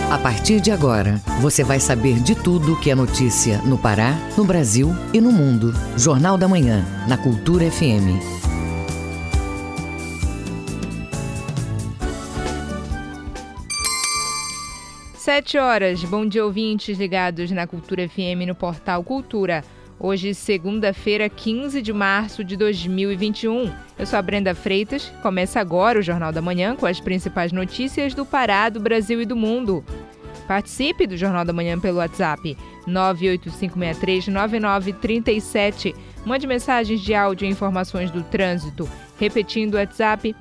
A partir de agora, você vai saber de tudo que é notícia no Pará, no Brasil e no mundo. Jornal da Manhã, na Cultura FM. Sete horas. Bom dia, ouvintes ligados na Cultura FM no Portal Cultura. Hoje, segunda-feira, 15 de março de 2021. Eu sou a Brenda Freitas. Começa agora o Jornal da Manhã com as principais notícias do Pará, do Brasil e do mundo. Participe do Jornal da Manhã pelo WhatsApp 985639937. Mande mensagens de áudio e informações do trânsito. Repetindo o WhatsApp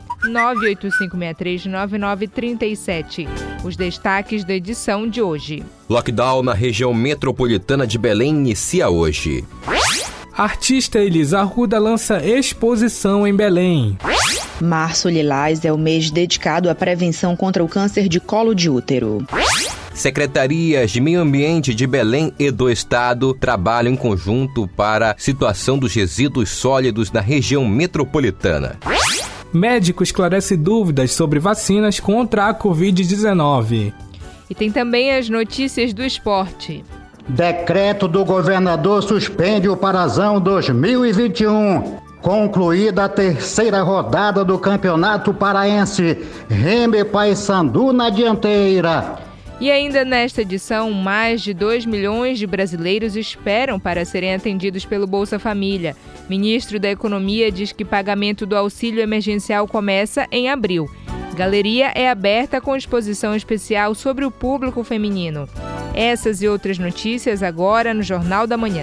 985639937. Os destaques da edição de hoje. Lockdown na região metropolitana de Belém inicia hoje. Artista Elisa Arruda lança exposição em Belém. Março Lilás é o mês dedicado à prevenção contra o câncer de colo de útero. Secretarias de Meio Ambiente de Belém e do Estado trabalham em conjunto para a situação dos resíduos sólidos na região metropolitana. Médico esclarece dúvidas sobre vacinas contra a Covid-19. E tem também as notícias do esporte. Decreto do governador suspende o Parazão 2021. Concluída a terceira rodada do Campeonato Paraense. Remo e Paysandu na dianteira. E ainda nesta edição, mais de 2 milhões de brasileiros esperam para serem atendidos pelo Bolsa Família. Ministro da Economia diz que pagamento do auxílio emergencial começa em abril. Galeria é aberta com exposição especial sobre o público feminino. Essas e outras notícias agora no Jornal da Manhã.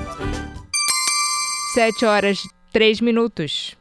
7 horas 3 minutos.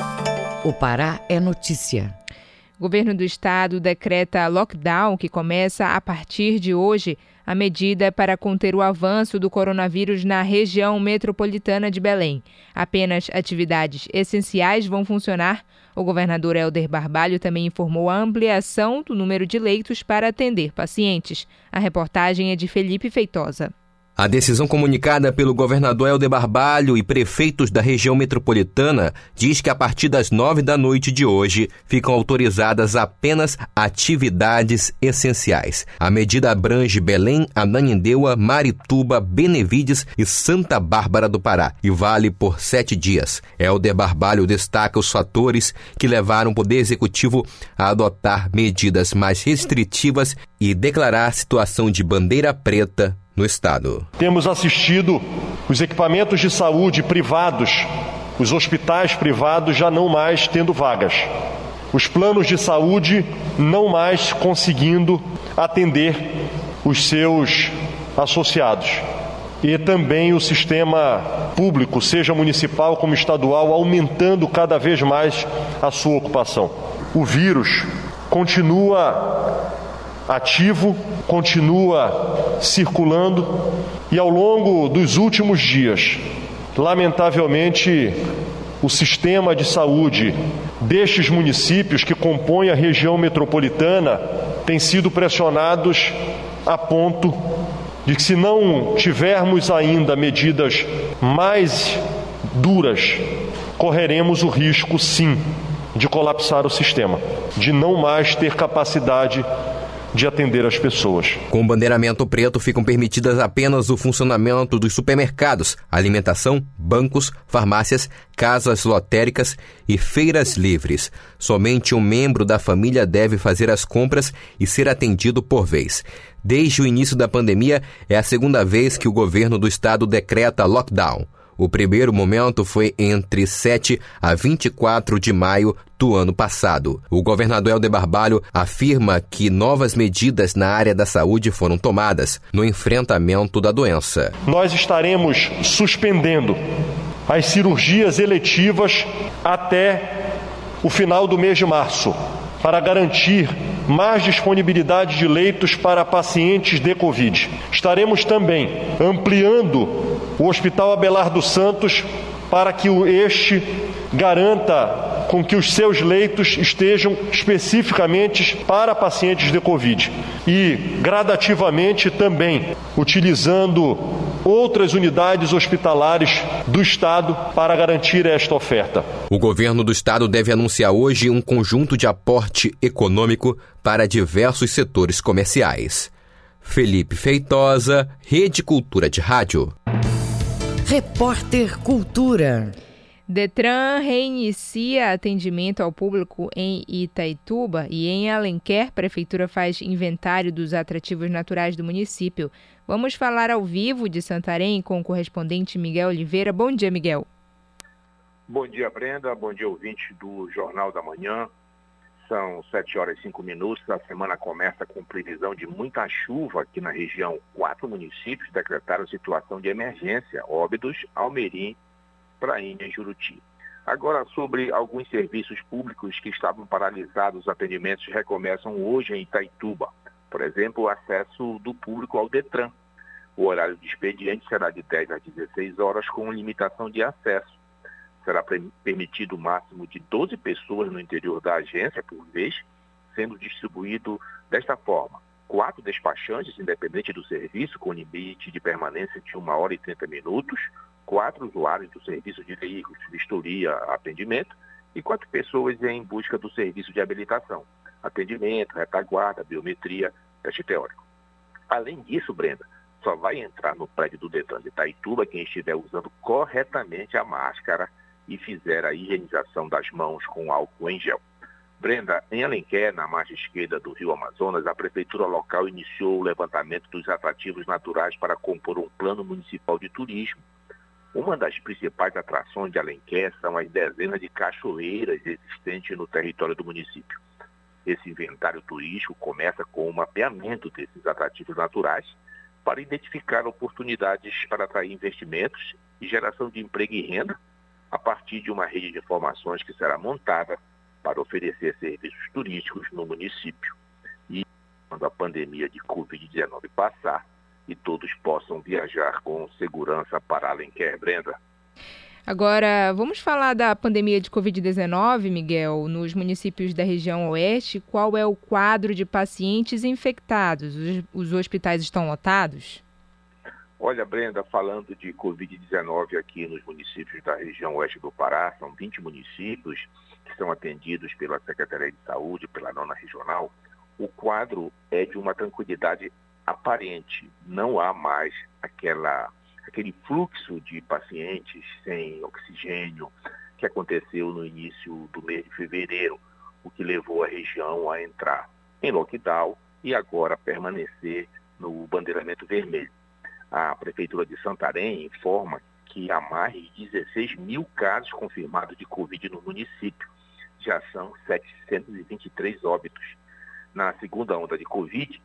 O Pará é notícia. O governo do estado decreta lockdown, que começa a partir de hoje. A medida é para conter o avanço do coronavírus na região metropolitana de Belém. Apenas atividades essenciais vão funcionar. O governador Helder Barbalho também informou a ampliação do número de leitos para atender pacientes. A reportagem é de Felipe Feitosa. A decisão comunicada pelo governador Helder Barbalho e prefeitos da região metropolitana diz que a partir das 9 da noite de hoje ficam autorizadas apenas atividades essenciais. A medida abrange Belém, Ananindeua, Marituba, Benevides e Santa Bárbara do Pará e vale por 7 dias. Helder Barbalho destaca os fatores que levaram o Poder Executivo a adotar medidas mais restritivas e declarar a situação de bandeira preta no estado. Temos assistido os equipamentos de saúde privados, os hospitais privados já não mais tendo vagas, os planos de saúde não mais conseguindo atender os seus associados. E também o sistema público, seja municipal como estadual, aumentando cada vez mais a sua ocupação. O vírus continua ativo, continua circulando e ao longo dos últimos dias, lamentavelmente, o sistema de saúde destes municípios que compõem a região metropolitana tem sido pressionados a ponto de que, se não tivermos ainda medidas mais duras, correremos o risco, sim, de colapsar o sistema, de não mais ter capacidade de atender as pessoas. Com o bandeiramento preto ficam permitidas apenas o funcionamento dos supermercados, alimentação, bancos, farmácias, casas lotéricas e feiras livres. Somente um membro da família deve fazer as compras e ser atendido por vez. Desde o início da pandemia, é a segunda vez que o governo do estado decreta lockdown. O primeiro momento foi entre 7 a 24 de maio do ano passado. O governador Helder Barbalho afirma que novas medidas na área da saúde foram tomadas no enfrentamento da doença. Nós estaremos suspendendo as cirurgias eletivas até o final do mês de março, para garantir mais disponibilidade de leitos para pacientes de Covid. Estaremos também ampliando o Hospital Abelardo Santos para que este garanta com que os seus leitos estejam especificamente para pacientes de Covid. E, gradativamente, também utilizando outras unidades hospitalares do Estado para garantir esta oferta. O governo do Estado deve anunciar hoje um conjunto de aporte econômico para diversos setores comerciais. Felipe Feitosa, Rede Cultura de Rádio. Repórter Cultura. Detran reinicia atendimento ao público em Itaituba e em Alenquer, Prefeitura faz inventário dos atrativos naturais do município. Vamos falar ao vivo de Santarém com o correspondente Miguel Oliveira. Bom dia, Miguel. Bom dia, Brenda. Bom dia, ouvinte do Jornal da Manhã. São 7h05. A semana começa com previsão de muita chuva aqui na região. 4 municípios decretaram situação de emergência: Óbidos, Almerim, Prainha e Juruti. Agora, sobre alguns serviços públicos que estavam paralisados, os atendimentos recomeçam hoje em Itaituba. Por exemplo, o acesso do público ao Detran. O horário de expediente será de 10 às 16 horas com limitação de acesso. Será permitido o máximo de 12 pessoas no interior da agência por vez, sendo distribuído desta forma: 4 despachantes, independente do serviço, com limite de permanência de 1h e 30 minutos, 4 usuários do serviço de veículos, vistoria, atendimento, e 4 pessoas em busca do serviço de habilitação, atendimento, retaguarda, biometria, teste teórico. Além disso, Brenda, só vai entrar no prédio do Detran de Itaituba quem estiver usando corretamente a máscara e fizer a higienização das mãos com álcool em gel. Brenda, em Alenquer, na margem esquerda do Rio Amazonas, a prefeitura local iniciou o levantamento dos atrativos naturais para compor um plano municipal de turismo. Uma das principais atrações de Alenquer são as dezenas de cachoeiras existentes no território do município. Esse inventário turístico começa com o mapeamento desses atrativos naturais para identificar oportunidades para atrair investimentos e geração de emprego e renda a partir de uma rede de informações que será montada para oferecer serviços turísticos no município. E quando a pandemia de Covid-19 passar, e todos possam viajar com segurança para Alenquer, Brenda. Agora, vamos falar da pandemia de Covid-19, Miguel. Nos municípios da região oeste, qual é o quadro de pacientes infectados? Os hospitais estão lotados? Olha, Brenda, falando de Covid-19 aqui nos municípios da região oeste do Pará, são 20 municípios que são atendidos pela Secretaria de Saúde, pela nona regional. O quadro é de uma tranquilidade aparente. Não há mais aquele fluxo de pacientes sem oxigênio que aconteceu no início do mês de fevereiro, o que levou a região a entrar em lockdown e agora permanecer no bandeiramento vermelho. A Prefeitura de Santarém informa que há mais de 16 mil casos confirmados de Covid no município. Já são 723 óbitos. Na segunda onda de Covid,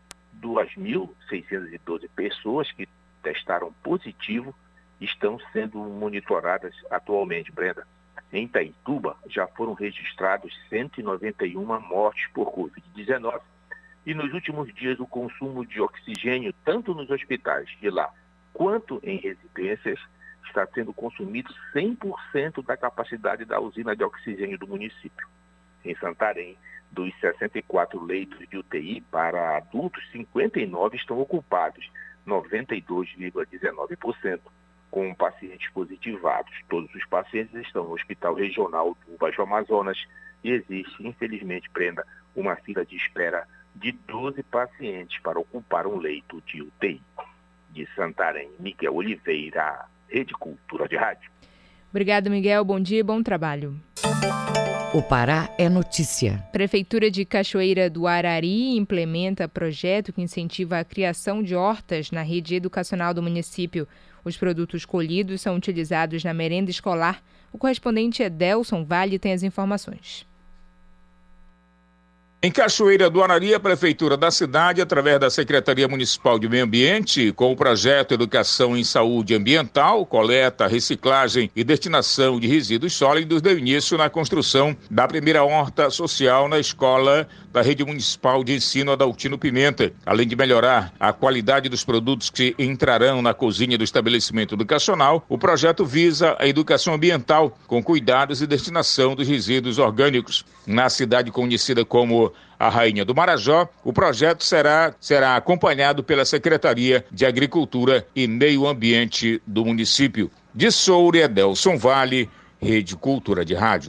2.612 pessoas que testaram positivo estão sendo monitoradas atualmente, Brenda. Em Itaituba, já foram registrados 191 mortes por Covid-19. E nos últimos dias, o consumo de oxigênio, tanto nos hospitais de lá quanto em residências, está sendo consumido 100% da capacidade da usina de oxigênio do município. Em Santarém, dos 64 leitos de UTI para adultos, 59 estão ocupados, 92,19%, com pacientes positivados. Todos os pacientes estão no Hospital Regional do Baixo Amazonas e existe, infelizmente, Brenda, uma fila de espera de 12 pacientes para ocupar um leito de UTI. De Santarém, Miguel Oliveira, Rede Cultura de Rádio. Obrigada, Miguel. Bom dia e bom trabalho. O Pará é notícia. Prefeitura de Cachoeira do Arari implementa projeto que incentiva a criação de hortas na rede educacional do município. Os produtos colhidos são utilizados na merenda escolar. O correspondente Edelson Vale tem as informações. Em Cachoeira do Arari, a Prefeitura da cidade, através da Secretaria Municipal de Meio Ambiente, com o projeto Educação em Saúde Ambiental, coleta, reciclagem e destinação de resíduos sólidos, deu início na construção da primeira horta social na escola da Rede Municipal de Ensino Adaltino Pimenta. Além de melhorar a qualidade dos produtos que entrarão na cozinha do estabelecimento educacional, o projeto visa a educação ambiental, com cuidados e destinação dos resíduos orgânicos. Na cidade conhecida como a Rainha do Marajó, o projeto será acompanhado pela Secretaria de Agricultura e Meio Ambiente do município. De Soura, Edelson Vale, Rede Cultura de Rádio.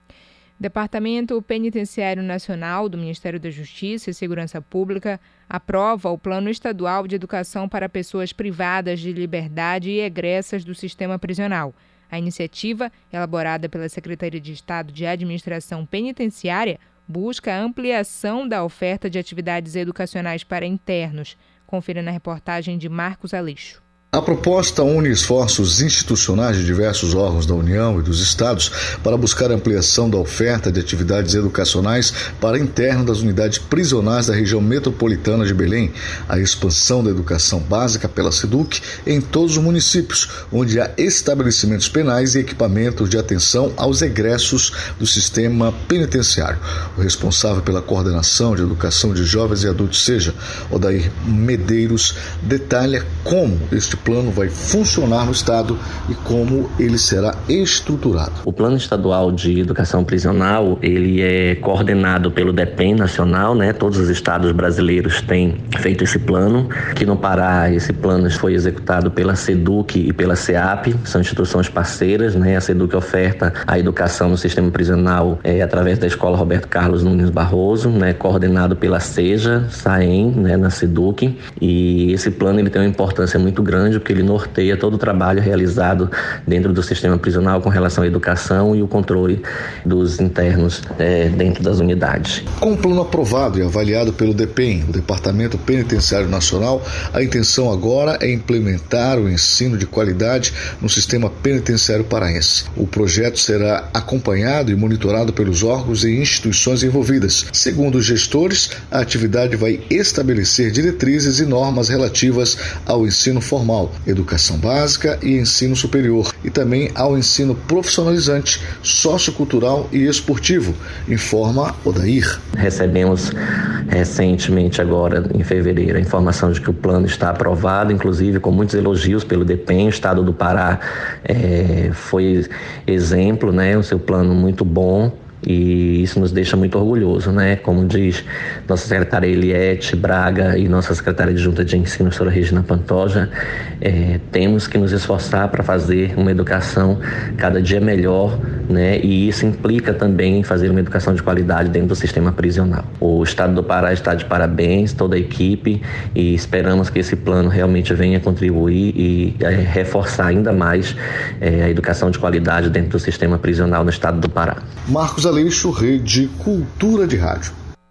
Departamento Penitenciário Nacional do Ministério da Justiça e Segurança Pública aprova o Plano Estadual de Educação para Pessoas Privadas de Liberdade e Egressas do Sistema Prisional. A iniciativa, elaborada pela Secretaria de Estado de Administração Penitenciária, busca a ampliação da oferta de atividades educacionais para internos. Confira na reportagem de Marcos Aleixo. A proposta une esforços institucionais de diversos órgãos da União e dos Estados para buscar a ampliação da oferta de atividades educacionais para internos das unidades prisionais da região metropolitana de Belém, a expansão da educação básica pela SEDUC em todos os municípios, onde há estabelecimentos penais e equipamentos de atenção aos egressos do sistema penitenciário. O responsável pela coordenação de educação de jovens e adultos, seja Odair Medeiros, detalha como este plano vai funcionar no Estado e como ele será estruturado. O Plano Estadual de Educação Prisional, ele é coordenado pelo DEPEN nacional, Todos os estados brasileiros têm feito esse plano. Aqui no Pará, esse plano foi executado pela SEDUC e pela SEAP, são instituições parceiras, A SEDUC oferta a educação no sistema prisional através da Escola Roberto Carlos Nunes Barroso, coordenado pela SEJA, SAEM, na SEDUC. E esse plano ele tem uma importância muito grande, porque ele norteia todo o trabalho realizado dentro do sistema prisional com relação à educação e o controle dos internos dentro das unidades. Com o plano aprovado e avaliado pelo DEPEN, o Departamento Penitenciário Nacional, a intenção agora é implementar o ensino de qualidade no sistema penitenciário paraense. O projeto será acompanhado e monitorado pelos órgãos e instituições envolvidas. Segundo os gestores, a atividade vai estabelecer diretrizes e normas relativas ao ensino formal, educação básica e ensino superior, e também ao ensino profissionalizante, sociocultural e esportivo, informa Odair. Recebemos recentemente, agora em fevereiro, a informação de que o plano está aprovado, inclusive com muitos elogios pelo DEPEN. O estado do Pará foi exemplo, o seu plano muito bom. E isso nos deixa muito orgulhoso, Como diz nossa secretária Eliette Braga e nossa secretária adjunta de ensino, a professora Regina Pantoja, temos que nos esforçar para fazer uma educação cada dia melhor, E isso implica também em fazer uma educação de qualidade dentro do sistema prisional. O estado do Pará está de parabéns, toda a equipe, e esperamos que esse plano realmente venha contribuir e reforçar ainda mais a educação de qualidade dentro do sistema prisional no estado do Pará. Marcos Aleixo, Rede Cultura de Rádio.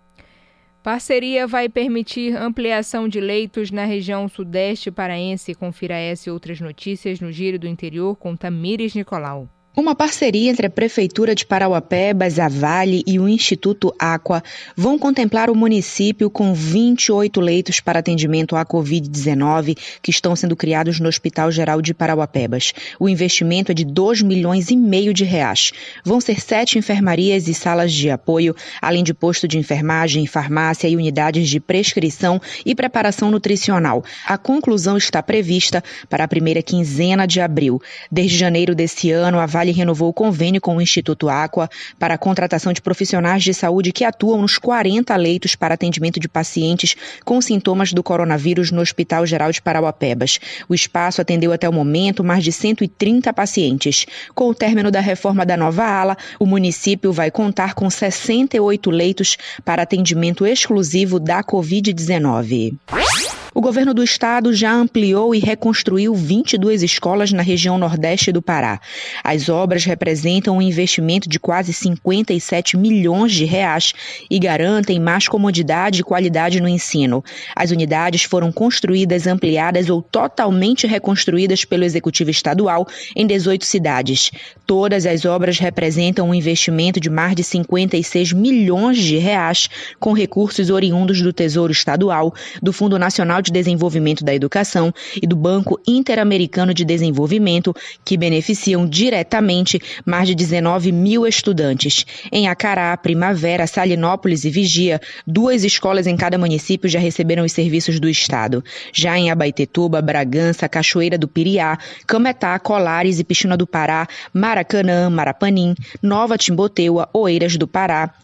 Parceria vai permitir ampliação de leitos na região sudeste paraense. Confira essa e outras notícias no Giro do Interior com Tamires Nicolau. Uma parceria entre a Prefeitura de Parauapebas, a Vale e o Instituto Aqua vão contemplar o município com 28 leitos para atendimento à Covid-19 que estão sendo criados no Hospital Geral de Parauapebas. O investimento é de R$2,5 milhões. Vão ser 7 enfermarias e salas de apoio, além de posto de enfermagem, farmácia e unidades de prescrição e preparação nutricional. A conclusão está prevista para a primeira quinzena de abril. Desde janeiro desse ano, a Vale renovou o convênio com o Instituto Aqua para a contratação de profissionais de saúde que atuam nos 40 leitos para atendimento de pacientes com sintomas do coronavírus no Hospital Geral de Parauapebas. O espaço atendeu até o momento mais de 130 pacientes. Com o término da reforma da nova ala, o município vai contar com 68 leitos para atendimento exclusivo da Covid-19. O governo do estado já ampliou e reconstruiu 22 escolas na região nordeste do Pará. As obras representam um investimento de quase R$57 milhões e garantem mais comodidade e qualidade no ensino. As unidades foram construídas, ampliadas ou totalmente reconstruídas pelo Executivo Estadual em 18 cidades. Todas as obras representam um investimento de mais de R$56 milhões com recursos oriundos do Tesouro Estadual, do Fundo Nacional de Desenvolvimento da Educação e do Banco Interamericano de Desenvolvimento, que beneficiam diretamente mais de 19 mil estudantes. Em Acará, Primavera, Salinópolis e Vigia, 2 escolas em cada município já receberam os serviços do estado. Já em Abaetetuba, Bragança, Cachoeira do Piriá, Cametá, Colares e Pixuna do Pará, Maracanã, Marapanim, Nova Timboteua, Oeiras do Pará,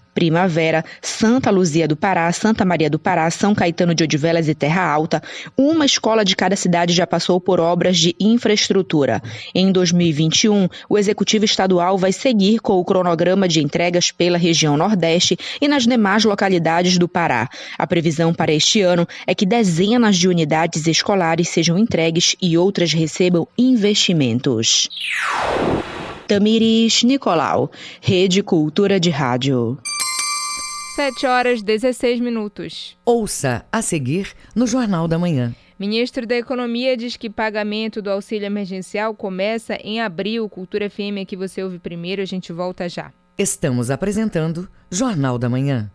Primavera, Santa Luzia do Pará, Santa Maria do Pará, São Caetano de Odivelas e Terra Alta, uma escola de cada cidade já passou por obras de infraestrutura. Em 2021, o Executivo Estadual vai seguir com o cronograma de entregas pela região Nordeste e nas demais localidades do Pará. A previsão para este ano é que dezenas de unidades escolares sejam entregues e outras recebam investimentos. Tamires Nicolau, Rede Cultura de Rádio. 7h16. Ouça a seguir no Jornal da Manhã. Ministro da Economia diz que pagamento do auxílio emergencial começa em abril. Cultura FM aqui você ouve primeiro, a gente volta já. Estamos apresentando Jornal da Manhã.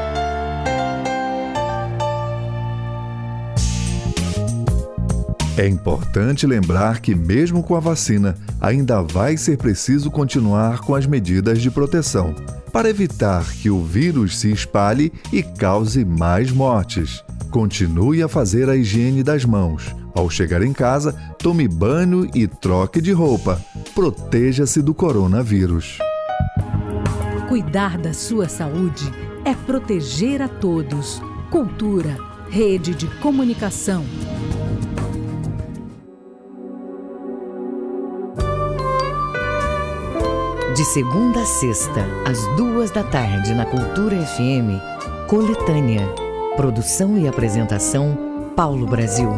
É importante lembrar que, mesmo com a vacina, ainda vai ser preciso continuar com as medidas de proteção, para evitar que o vírus se espalhe e cause mais mortes. Continue a fazer a higiene das mãos. Ao chegar em casa, tome banho e troque de roupa. Proteja-se do coronavírus. Cuidar da sua saúde é proteger a todos. Cultura, rede de comunicação. De segunda a sexta, às 14h, na Cultura FM, Coletânea. Produção e apresentação, Paulo Brasil.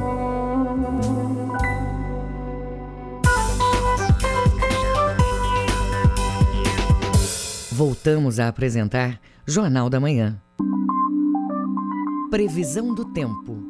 Voltamos a apresentar Jornal da Manhã. Previsão do tempo.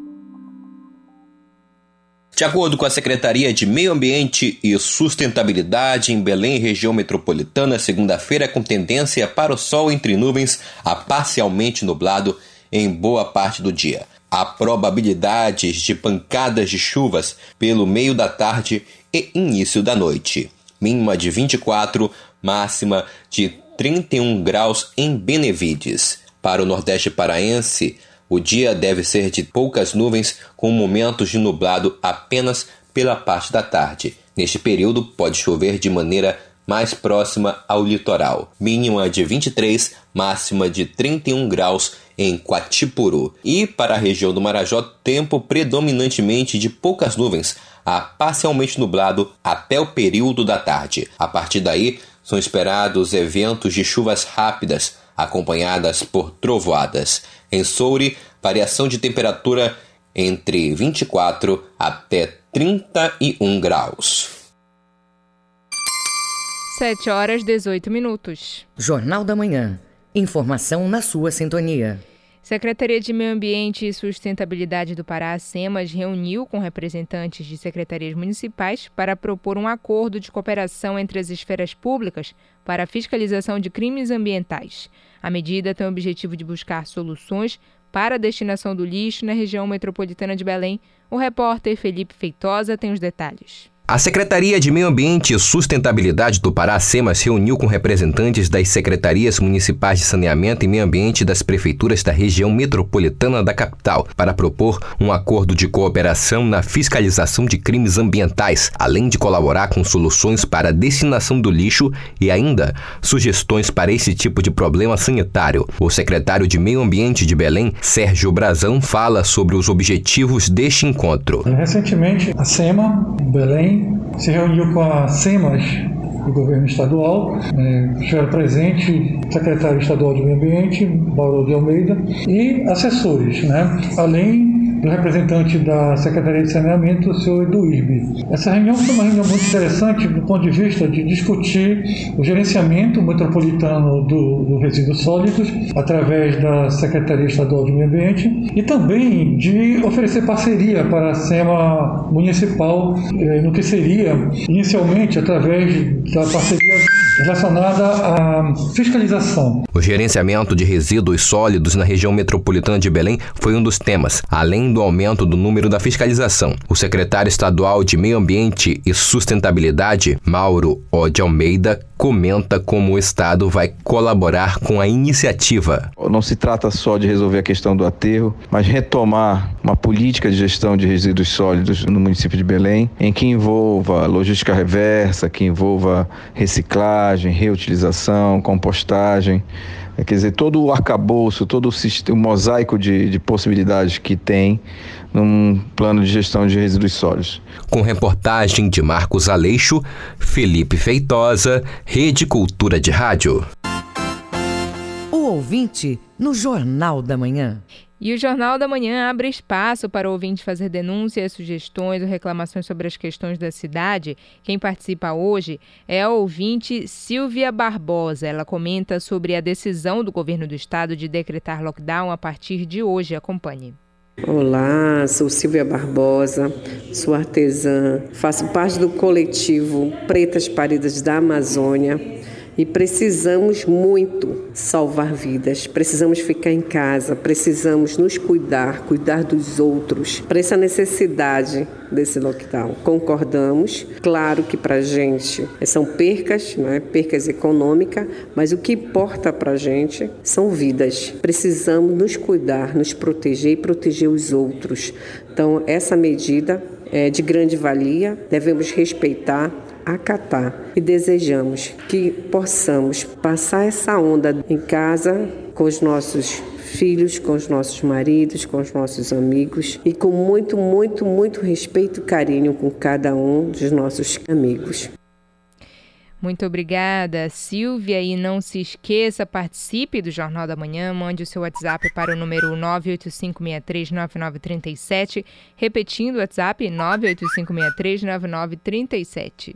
De acordo com a Secretaria de Meio Ambiente e Sustentabilidade, em Belém, região metropolitana, segunda-feira com tendência para o sol entre nuvens a parcialmente nublado em boa parte do dia. Há probabilidades de pancadas de chuvas pelo meio da tarde e início da noite. Mínima de 24, máxima de 31 graus em Benevides. Para o Nordeste paraense, o dia deve ser de poucas nuvens, com momentos de nublado apenas pela parte da tarde. Neste período, pode chover de maneira mais próxima ao litoral. Mínima de 23, máxima de 31 graus em Quatipuru. E para a região do Marajó, tempo predominantemente de poucas nuvens, a parcialmente nublado até o período da tarde. A partir daí, são esperados eventos de chuvas rápidas, acompanhadas por trovoadas. Em Soure, variação de temperatura entre 24 até 31 graus. 7h18. Jornal da Manhã. Informação na sua sintonia. Secretaria de Meio Ambiente e Sustentabilidade do Pará, SEMAS, reuniu com representantes de secretarias municipais para propor um acordo de cooperação entre as esferas públicas para a fiscalização de crimes ambientais. A medida tem o objetivo de buscar soluções para a destinação do lixo na região metropolitana de Belém. O repórter Felipe Feitosa tem os detalhes. A Secretaria de Meio Ambiente e Sustentabilidade do Pará, SEMAS, reuniu com representantes das secretarias municipais de saneamento e meio ambiente das prefeituras da região metropolitana da capital para propor um acordo de cooperação na fiscalização de crimes ambientais, além de colaborar com soluções para a destinação do lixo e ainda sugestões para esse tipo de problema sanitário. O secretário de Meio Ambiente de Belém, Sérgio Brazão, fala sobre os objetivos deste encontro. Recentemente, a SEMA, em Belém, se reuniu com a SEMAS do governo estadual, estiveram presentes o secretário estadual de Meio Ambiente, Mauro de Almeida, e assessores, além do representante da Secretaria de Saneamento, o senhor Eduíbe. Essa reunião foi uma reunião muito interessante do ponto de vista de discutir o gerenciamento metropolitano do resíduos sólidos através da Secretaria Estadual de Meio Ambiente e também de oferecer parceria para a SEMA municipal no que seria inicialmente através da parceria relacionada à fiscalização. O gerenciamento de resíduos sólidos na região metropolitana de Belém foi um dos temas, além do aumento do número da fiscalização. O secretário estadual de Meio Ambiente e Sustentabilidade, Mauro de Almeida, comenta como o Estado vai colaborar com a iniciativa. Não se trata só de resolver a questão do aterro, mas retomar uma política de gestão de resíduos sólidos no município de Belém, em que envolva logística reversa, que envolva reciclagem, reutilização, compostagem, Quer dizer, todo o arcabouço, todo o mosaico de possibilidades que tem num plano de gestão de resíduos sólidos. Com reportagem de Marcos Aleixo, Felipe Feitosa, Rede Cultura de Rádio. O ouvinte no Jornal da Manhã. E o Jornal da Manhã abre espaço para o ouvinte fazer denúncias, sugestões ou reclamações sobre as questões da cidade. Quem participa hoje é a ouvinte Silvia Barbosa. Ela comenta sobre a decisão do governo do estado de decretar lockdown a partir de hoje. Acompanhe. Olá, sou Silvia Barbosa, sou artesã, faço parte do coletivo Pretas Paridas da Amazônia. E precisamos muito salvar vidas, precisamos ficar em casa, precisamos nos cuidar dos outros, para essa necessidade desse lockdown. Concordamos, claro que para a gente são percas, não é? Percas econômicas, mas o que importa para a gente são vidas. Precisamos nos cuidar, nos proteger e proteger os outros. Então, essa medida é de grande valia, devemos respeitar, acatar e desejamos que possamos passar essa onda em casa com os nossos filhos, com os nossos maridos, com os nossos amigos e com muito, muito, muito respeito e carinho com cada um dos nossos amigos. Muito obrigada, Silvia. E não se esqueça, participe do Jornal da Manhã, mande o seu WhatsApp para o número 985639937, repetindo o WhatsApp 985639937.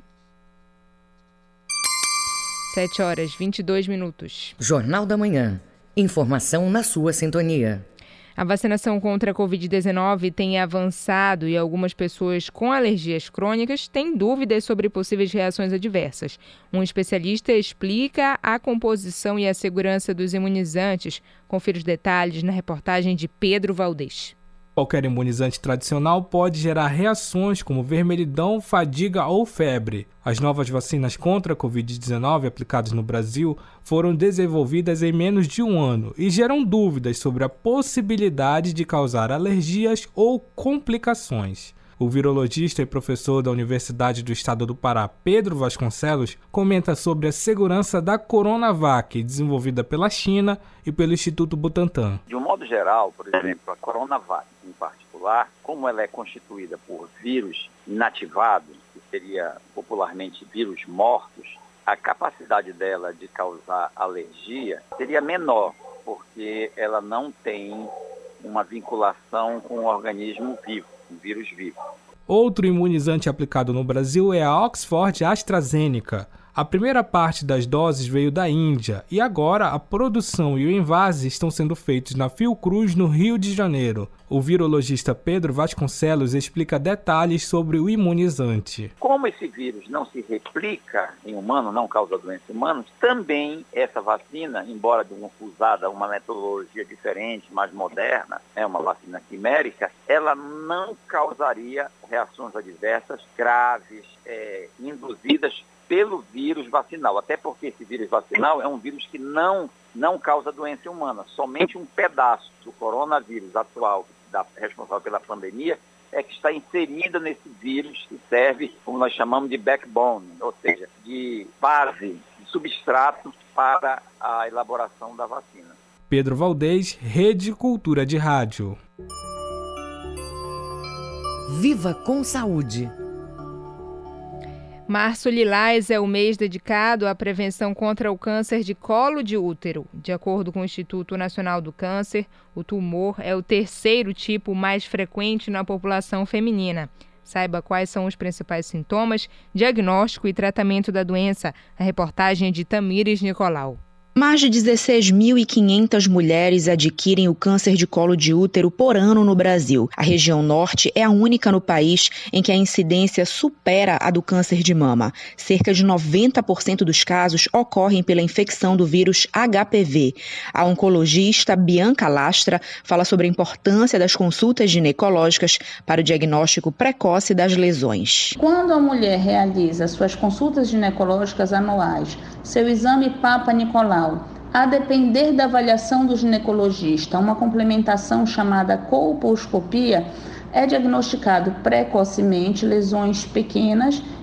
7h22. Jornal da Manhã. Informação na sua sintonia. A vacinação contra a Covid-19 tem avançado e algumas pessoas com alergias crônicas têm dúvidas sobre possíveis reações adversas. Um especialista explica a composição e a segurança dos imunizantes. Confira os detalhes na reportagem de Pedro Valdez. Qualquer imunizante tradicional pode gerar reações como vermelhidão, fadiga ou febre. As novas vacinas contra a Covid-19 aplicadas no Brasil foram desenvolvidas em menos de um ano e geram dúvidas sobre a possibilidade de causar alergias ou complicações. O virologista e professor da Universidade do Estado do Pará, Pedro Vasconcelos, comenta sobre a segurança da Coronavac, desenvolvida pela China e pelo Instituto Butantan. De um modo geral, por exemplo, a Coronavac em particular, como ela é constituída por vírus inativados, que seria popularmente vírus mortos, a capacidade dela de causar alergia seria menor, porque ela não tem uma vinculação com o organismo vivo, um vírus vivo. Outro imunizante aplicado no Brasil é a Oxford AstraZeneca. A primeira parte das doses veio da Índia e agora a produção e o envase estão sendo feitos na Fiocruz, no Rio de Janeiro. O virologista Pedro Vasconcelos explica detalhes sobre o imunizante. Como esse vírus não se replica em humano, não causa doença em humanos, também essa vacina, embora usada uma metodologia diferente, mais moderna, uma vacina quimérica, ela não causaria reações adversas graves, induzidas pelo vírus vacinal, até porque esse vírus vacinal é um vírus que não causa doença humana, somente um pedaço do coronavírus atual, responsável pela pandemia, é que está inserida nesse vírus que serve, como nós chamamos de backbone, ou seja, de base, de substrato para a elaboração da vacina. Pedro Valdez, Rede Cultura de Rádio. Viva com Saúde. Março Lilás é o mês dedicado à prevenção contra o câncer de colo de útero. De acordo com o Instituto Nacional do Câncer, o tumor é o terceiro tipo mais frequente na população feminina. Saiba quais são os principais sintomas, diagnóstico e tratamento da doença. A reportagem é de Tamires Nicolau. Mais de 16.500 mulheres adquirem o câncer de colo de útero por ano no Brasil. A região norte é a única no país em que a incidência supera a do câncer de mama. Cerca de 90% dos casos ocorrem pela infecção do vírus HPV. A oncologista Bianca Lastra fala sobre a importância das consultas ginecológicas para o diagnóstico precoce das lesões. Quando a mulher realiza suas consultas ginecológicas anuais, seu exame Papa Nicolau, a depender da avaliação do ginecologista, uma complementação chamada colposcopia, é diagnosticado precocemente lesões pequenas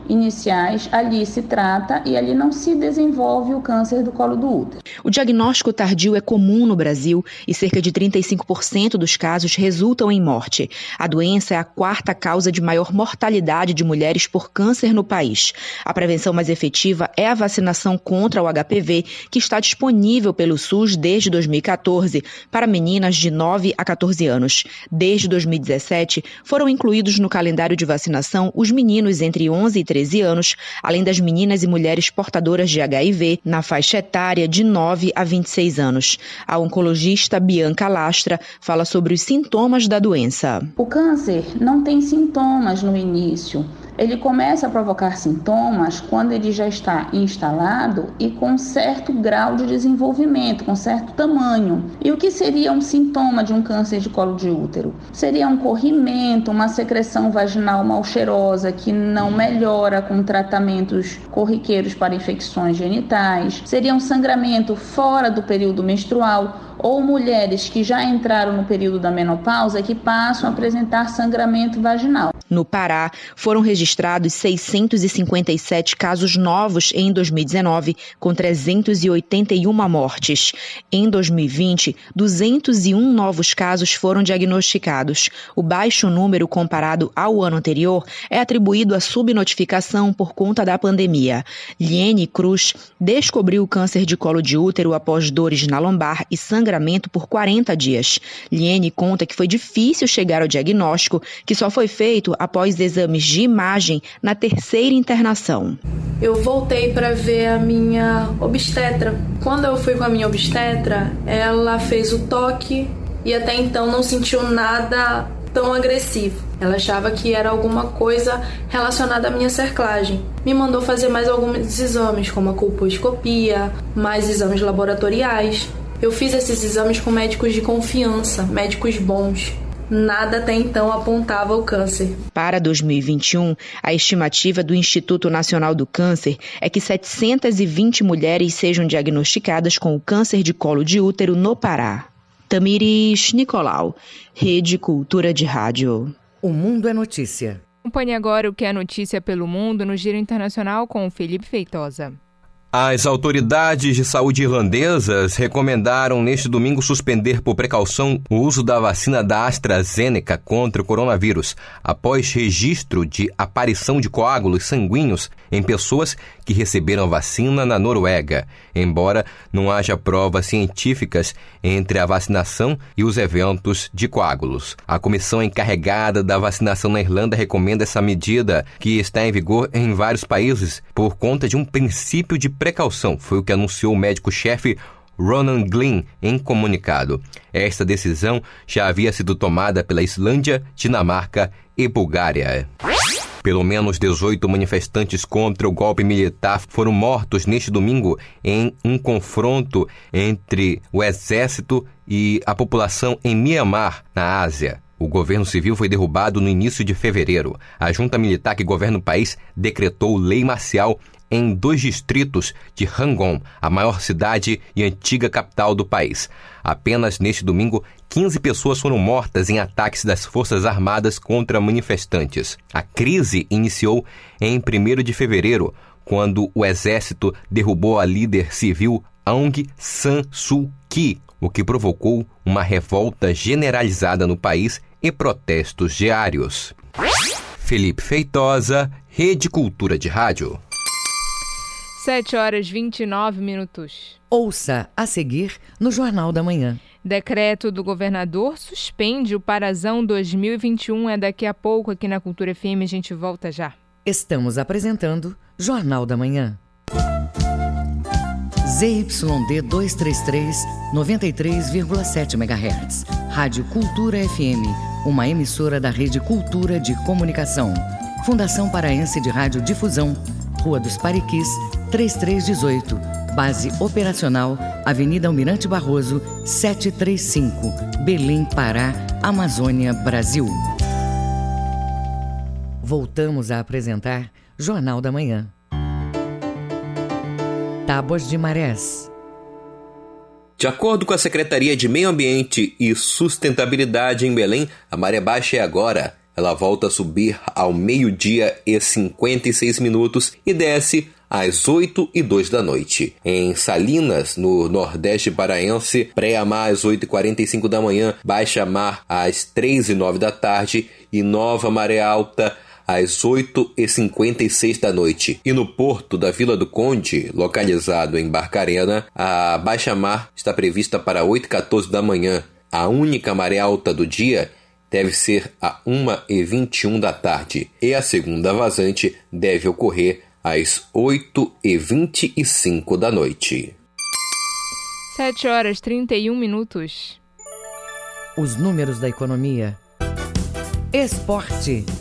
iniciais, ali se trata e ali não se desenvolve o câncer do colo do útero. O diagnóstico tardio é comum no Brasil e cerca de 35% dos casos resultam em morte. A doença é a quarta causa de maior mortalidade de mulheres por câncer no país. A prevenção mais efetiva é a vacinação contra o HPV, que está disponível pelo SUS desde 2014 para meninas de 9 a 14 anos. Desde 2017, foram incluídos no calendário de vacinação os meninos entre 11 e 13 anos, além das meninas e mulheres portadoras de HIV na faixa etária de 9 a 26 anos. A oncologista Bianca Lastra fala sobre os sintomas da doença. O câncer não tem sintomas no início. Ele começa a provocar sintomas quando ele já está instalado e com certo grau de desenvolvimento, com certo tamanho. E o que seria um sintoma de um câncer de colo de útero? Seria um corrimento, uma secreção vaginal mal cheirosa que não melhora com tratamentos corriqueiros para infecções genitais. Seria um sangramento fora do período menstrual, ou mulheres que já entraram no período da menopausa que passam a apresentar sangramento vaginal. No Pará, foram registrados 657 casos novos em 2019, com 381 mortes. Em 2020, 201 novos casos foram diagnosticados. O baixo número comparado ao ano anterior é atribuído à subnotificação por conta da pandemia. Liene Cruz descobriu o câncer de colo de útero após dores na lombar e sangramento por 40 dias. Liene conta que foi difícil chegar ao diagnóstico, que só foi feito após exames de imagem na terceira internação. Eu voltei para ver a minha obstetra. Quando eu fui com a minha obstetra, ela fez o toque e até então não sentiu nada tão agressivo. Ela achava que era alguma coisa relacionada à minha cerclagem. Me mandou fazer mais alguns exames, como a colposcopia, mais exames laboratoriais. Eu fiz esses exames com médicos de confiança, médicos bons. Nada até então apontava o câncer. Para 2021, a estimativa do Instituto Nacional do Câncer é que 720 mulheres sejam diagnosticadas com o câncer de colo de útero no Pará. Tamiris Nicolau, Rede Cultura de Rádio. O Mundo é Notícia. Acompanhe agora o que é notícia pelo mundo no Giro Internacional com o Felipe Feitosa. As autoridades de saúde irlandesas recomendaram neste domingo suspender por precaução o uso da vacina da AstraZeneca contra o coronavírus, após registro de aparição de coágulos sanguíneos em pessoas que receberam a vacina na Noruega, embora não haja provas científicas entre a vacinação e os eventos de coágulos. A comissão encarregada da vacinação na Irlanda recomenda essa medida, que está em vigor em vários países, por conta de um princípio de precaução, foi o que anunciou o médico-chefe Ronan Glynn em comunicado. Esta decisão já havia sido tomada pela Islândia, Dinamarca e Bulgária. Pelo menos 18 manifestantes contra o golpe militar foram mortos neste domingo em um confronto entre o exército e a população em Mianmar, na Ásia. O governo civil foi derrubado no início de fevereiro. A junta militar que governa o país decretou lei marcial em 2 distritos de Yangon, a maior cidade e antiga capital do país. Apenas neste domingo, 15 pessoas foram mortas em ataques das Forças Armadas contra manifestantes. A crise iniciou em 1º de fevereiro, quando o exército derrubou a líder civil Aung San Suu Kyi, o que provocou uma revolta generalizada no país e protestos diários. Felipe Feitosa, Rede Cultura de Rádio. 7h29. Ouça a seguir no Jornal da Manhã. Decreto do governador suspende o Parazão 2021. É daqui a pouco aqui na Cultura FM. A gente volta já. Estamos apresentando Jornal da Manhã. ZYD 233, 93,7 MHz. Rádio Cultura FM, uma emissora da Rede Cultura de Comunicação. Fundação Paraense de Rádio Difusão, Rua dos Pariquis, 3318. Base operacional, Avenida Almirante Barroso, 735. Belém, Pará, Amazônia, Brasil. Voltamos a apresentar Jornal da Manhã. Tábuas de marés. De acordo com a Secretaria de Meio Ambiente e Sustentabilidade em Belém, a maré baixa é agora. ela volta a subir ao 12h56 e desce às 8h02 da noite. Em Salinas, no Nordeste Paraense, pré-mar às 8h45 da manhã, baixa mar às 3h09 da tarde e nova maré alta às 8h56 da noite. E no porto da Vila do Conde, localizado em Barcarena, a baixa mar está prevista para 8h14 da manhã. A única maré alta do dia deve ser a 1h21 da tarde e a segunda vazante deve ocorrer às 8h25 da noite. 7h31. Os números da economia. Esporte.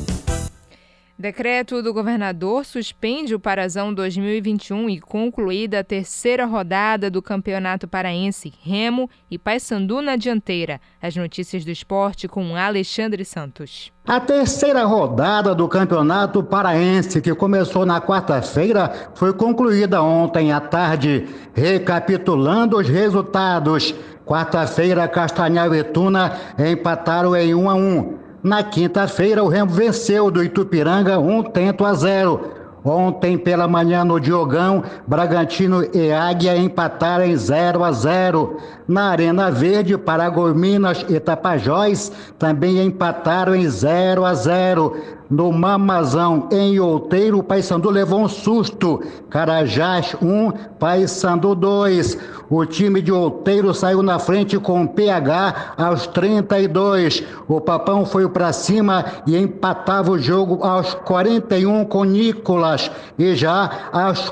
Decreto do governador suspende o Parazão 2021 e concluída a terceira rodada do Campeonato Paraense. Remo e Paysandu na dianteira. As notícias do esporte com Alexandre Santos. A terceira rodada do Campeonato Paraense, que começou na quarta-feira, foi concluída ontem à tarde. Recapitulando os resultados. Quarta-feira, Castanhal e Tuna empataram em 1-1. Na quinta-feira, o Remo venceu do Itupiranga 1-0. Ontem, pela manhã, no Diogão, Bragantino e Águia empataram em 0-0. Na Arena Verde, Paragominas e Tapajós também empataram em 0-0. No Mamazão, em Outeiro, o Paysandu levou um susto. Carajás 1, Paysandu 2. O time de Outeiro saiu na frente com o PH aos 32. O Papão foi para cima e empatava o jogo aos 41 com Nicolas. E já aos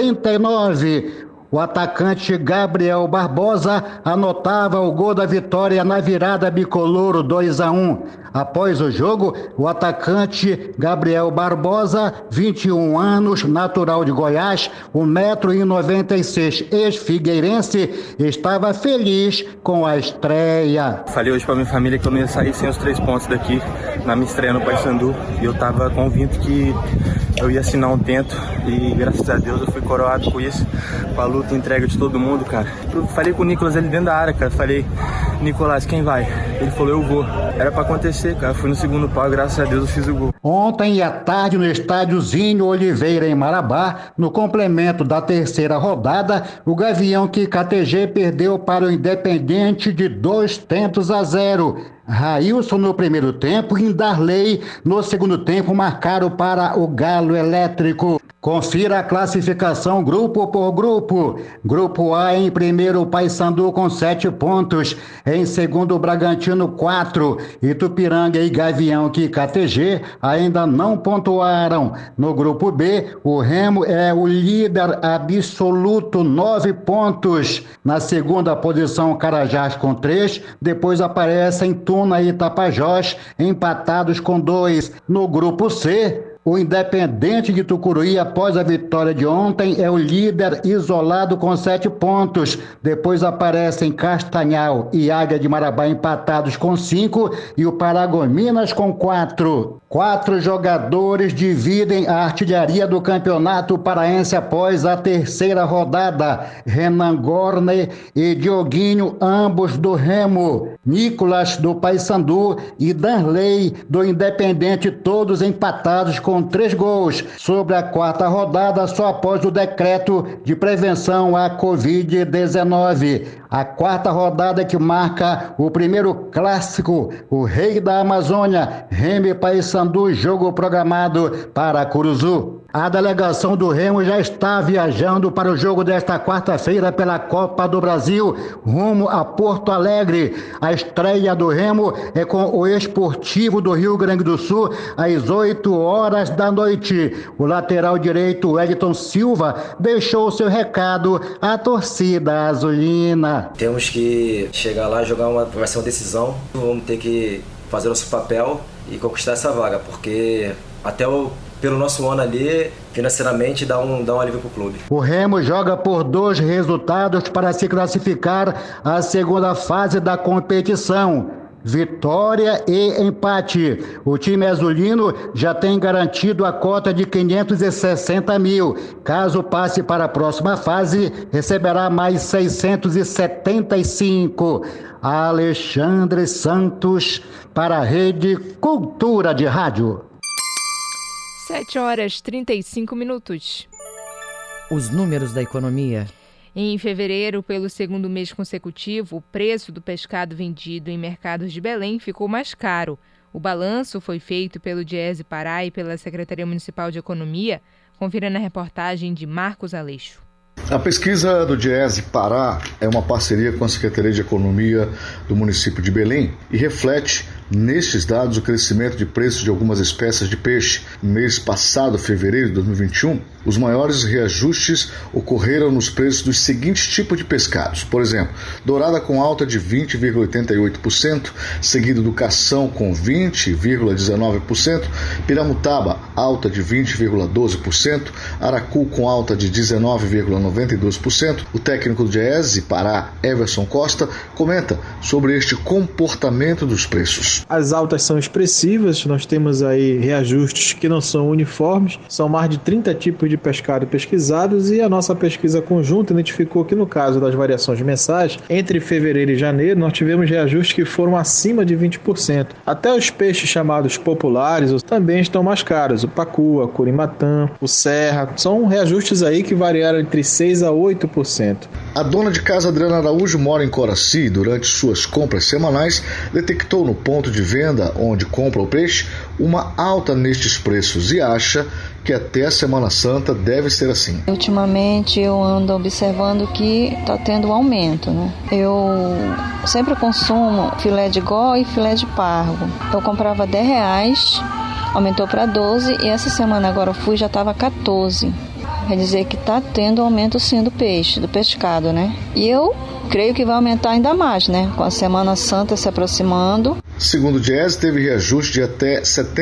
49... o atacante Gabriel Barbosa anotava o gol da vitória na virada bicolor 2-1. Após o jogo, o atacante Gabriel Barbosa, 21 anos, natural de Goiás, 1,96 m, ex-figueirense, estava feliz com a estreia. Falei hoje para minha família que eu não ia sair sem os 3 pontos daqui na minha estreia no Paysandu. E eu estava convicto que eu ia assinar um tento e graças a Deus eu fui coroado com isso, com a luta e entrega de todo mundo, cara. Eu falei com o Nicolas ali dentro da área, cara. Falei, Nicolas, quem vai? Ele falou, eu vou. Era pra acontecer, cara. Fui no segundo pau, graças a Deus eu fiz o gol. Ontem à tarde no estádio Zinho Oliveira em Marabá, no complemento da terceira rodada, o Gavião QKTG perdeu para o Independente de 2-0. Railson no primeiro tempo e Darley no segundo tempo marcaram para o Galo Elétrico. Confira a classificação grupo por grupo. Grupo A, em primeiro, o Paysandu com 7 pontos. Em segundo, o Bragantino 4. Itupiranga e Gavião QKTG ainda não pontuaram. No grupo B, o Remo é o líder absoluto, 9 pontos. Na segunda posição, Carajás com 3. Depois aparecem Tuna e Tapajós empatados com 2. No grupo C, o Independente de Tucuruí, após a vitória de ontem, é o líder isolado com 7 pontos. Depois aparecem Castanhal e Águia de Marabá empatados com 5 e o Paragominas com 4. 4 jogadores dividem a artilharia do Campeonato Paraense após a terceira rodada. Renan Gorney e Dioguinho, ambos do Remo. Nicolas do Paysandu e Danley do Independente, todos empatados com 3 gols. Sobre a quarta rodada, só após o decreto de prevenção à Covid-19. A quarta rodada que marca o primeiro clássico, o Rei da Amazônia, Remo e Paysandu, jogo programado para Curuzu. A delegação do Remo já está viajando para o jogo desta quarta-feira pela Copa do Brasil, rumo a Porto Alegre. A estreia do Remo é com o Esportivo do Rio Grande do Sul, às 8h da noite. O lateral direito, Wellington Silva, deixou seu recado à torcida azulina. Temos que chegar lá e jogar vai ser uma decisão. Vamos ter que fazer nosso papel e conquistar essa vaga, porque até pelo nosso ano ali, financeiramente, dá um alívio para o clube. O Remo joga por 2 resultados para se classificar à segunda fase da competição. vitória e empate. O time azulino já tem garantido a cota de 560 mil. Caso passe para a próxima fase, receberá mais 675. Alexandre Santos, para a Rede Cultura de Rádio. 7h35. Os números da economia. Em fevereiro, pelo segundo mês consecutivo, o preço do pescado vendido em mercados de Belém ficou mais caro. O balanço foi feito pelo Diese Pará e pela Secretaria Municipal de Economia. Confira na reportagem de Marcos Aleixo. A pesquisa do Diese Pará é uma parceria com a Secretaria de Economia do município de Belém e reflete nestes dados o crescimento de preços de algumas espécies de peixe. No mês passado, fevereiro de 2021, os maiores reajustes ocorreram nos preços dos seguintes tipos de pescados. Por exemplo, dourada com alta de 20,88%, seguido do cação com 20,19%, piramutaba alta de 20,12%, aracu com alta de 19,92%. O técnico do Diese Pará, Everson Costa, comenta sobre este comportamento dos preços. As altas são expressivas, nós temos aí reajustes que não são uniformes, são mais de 30 tipos de pescado pesquisados e a nossa pesquisa conjunta identificou que no caso das variações mensais, entre fevereiro e janeiro, nós tivemos reajustes que foram acima de 20%. Até os peixes chamados populares também estão mais caros, o pacu, a curimatã, o serra, são reajustes aí que variaram entre 6% a 8%. A dona de casa Adriana Araújo mora em Coraci e durante suas compras semanais detectou no ponto de venda onde compra o peixe uma alta nestes preços e acha que até a Semana Santa deve ser assim. Ultimamente eu ando observando que está tendo um aumento, né? Eu sempre consumo filé de gó e filé de pargo. Eu comprava R$10, aumentou para 12 e essa semana agora eu fui já estava 14. Quer dizer que está tendo aumento sim do peixe, do pescado, né? E eu creio que vai aumentar ainda mais, né? Com a Semana Santa se aproximando. Segundo o Diese, teve reajuste de até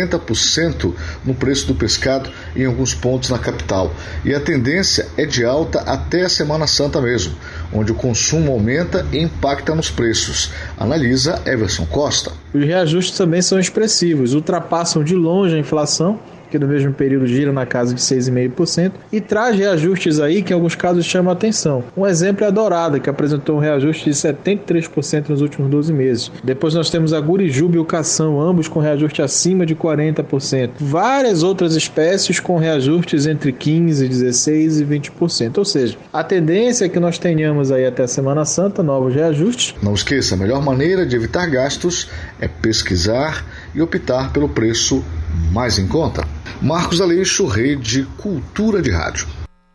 70% no preço do pescado em alguns pontos na capital. E a tendência é de alta até a Semana Santa mesmo, onde o consumo aumenta e impacta nos preços. Analisa Everson Costa. Os reajustes também são expressivos, ultrapassam de longe a inflação, que no mesmo período gira na casa de 6,5%, e traz reajustes aí que em alguns casos chamam a atenção. Um exemplo é a dourada, que apresentou um reajuste de 73% nos últimos 12 meses. Depois nós temos a gurijuba e o cação, ambos com reajuste acima de 40%. Várias outras espécies com reajustes entre 15%, 16% e 20%. Ou seja, a tendência é que nós tenhamos aí até a Semana Santa novos reajustes. Não esqueça, a melhor maneira de evitar gastos é pesquisar e optar pelo preço mais em conta. Marcos Aleixo, Rede Cultura de Rádio.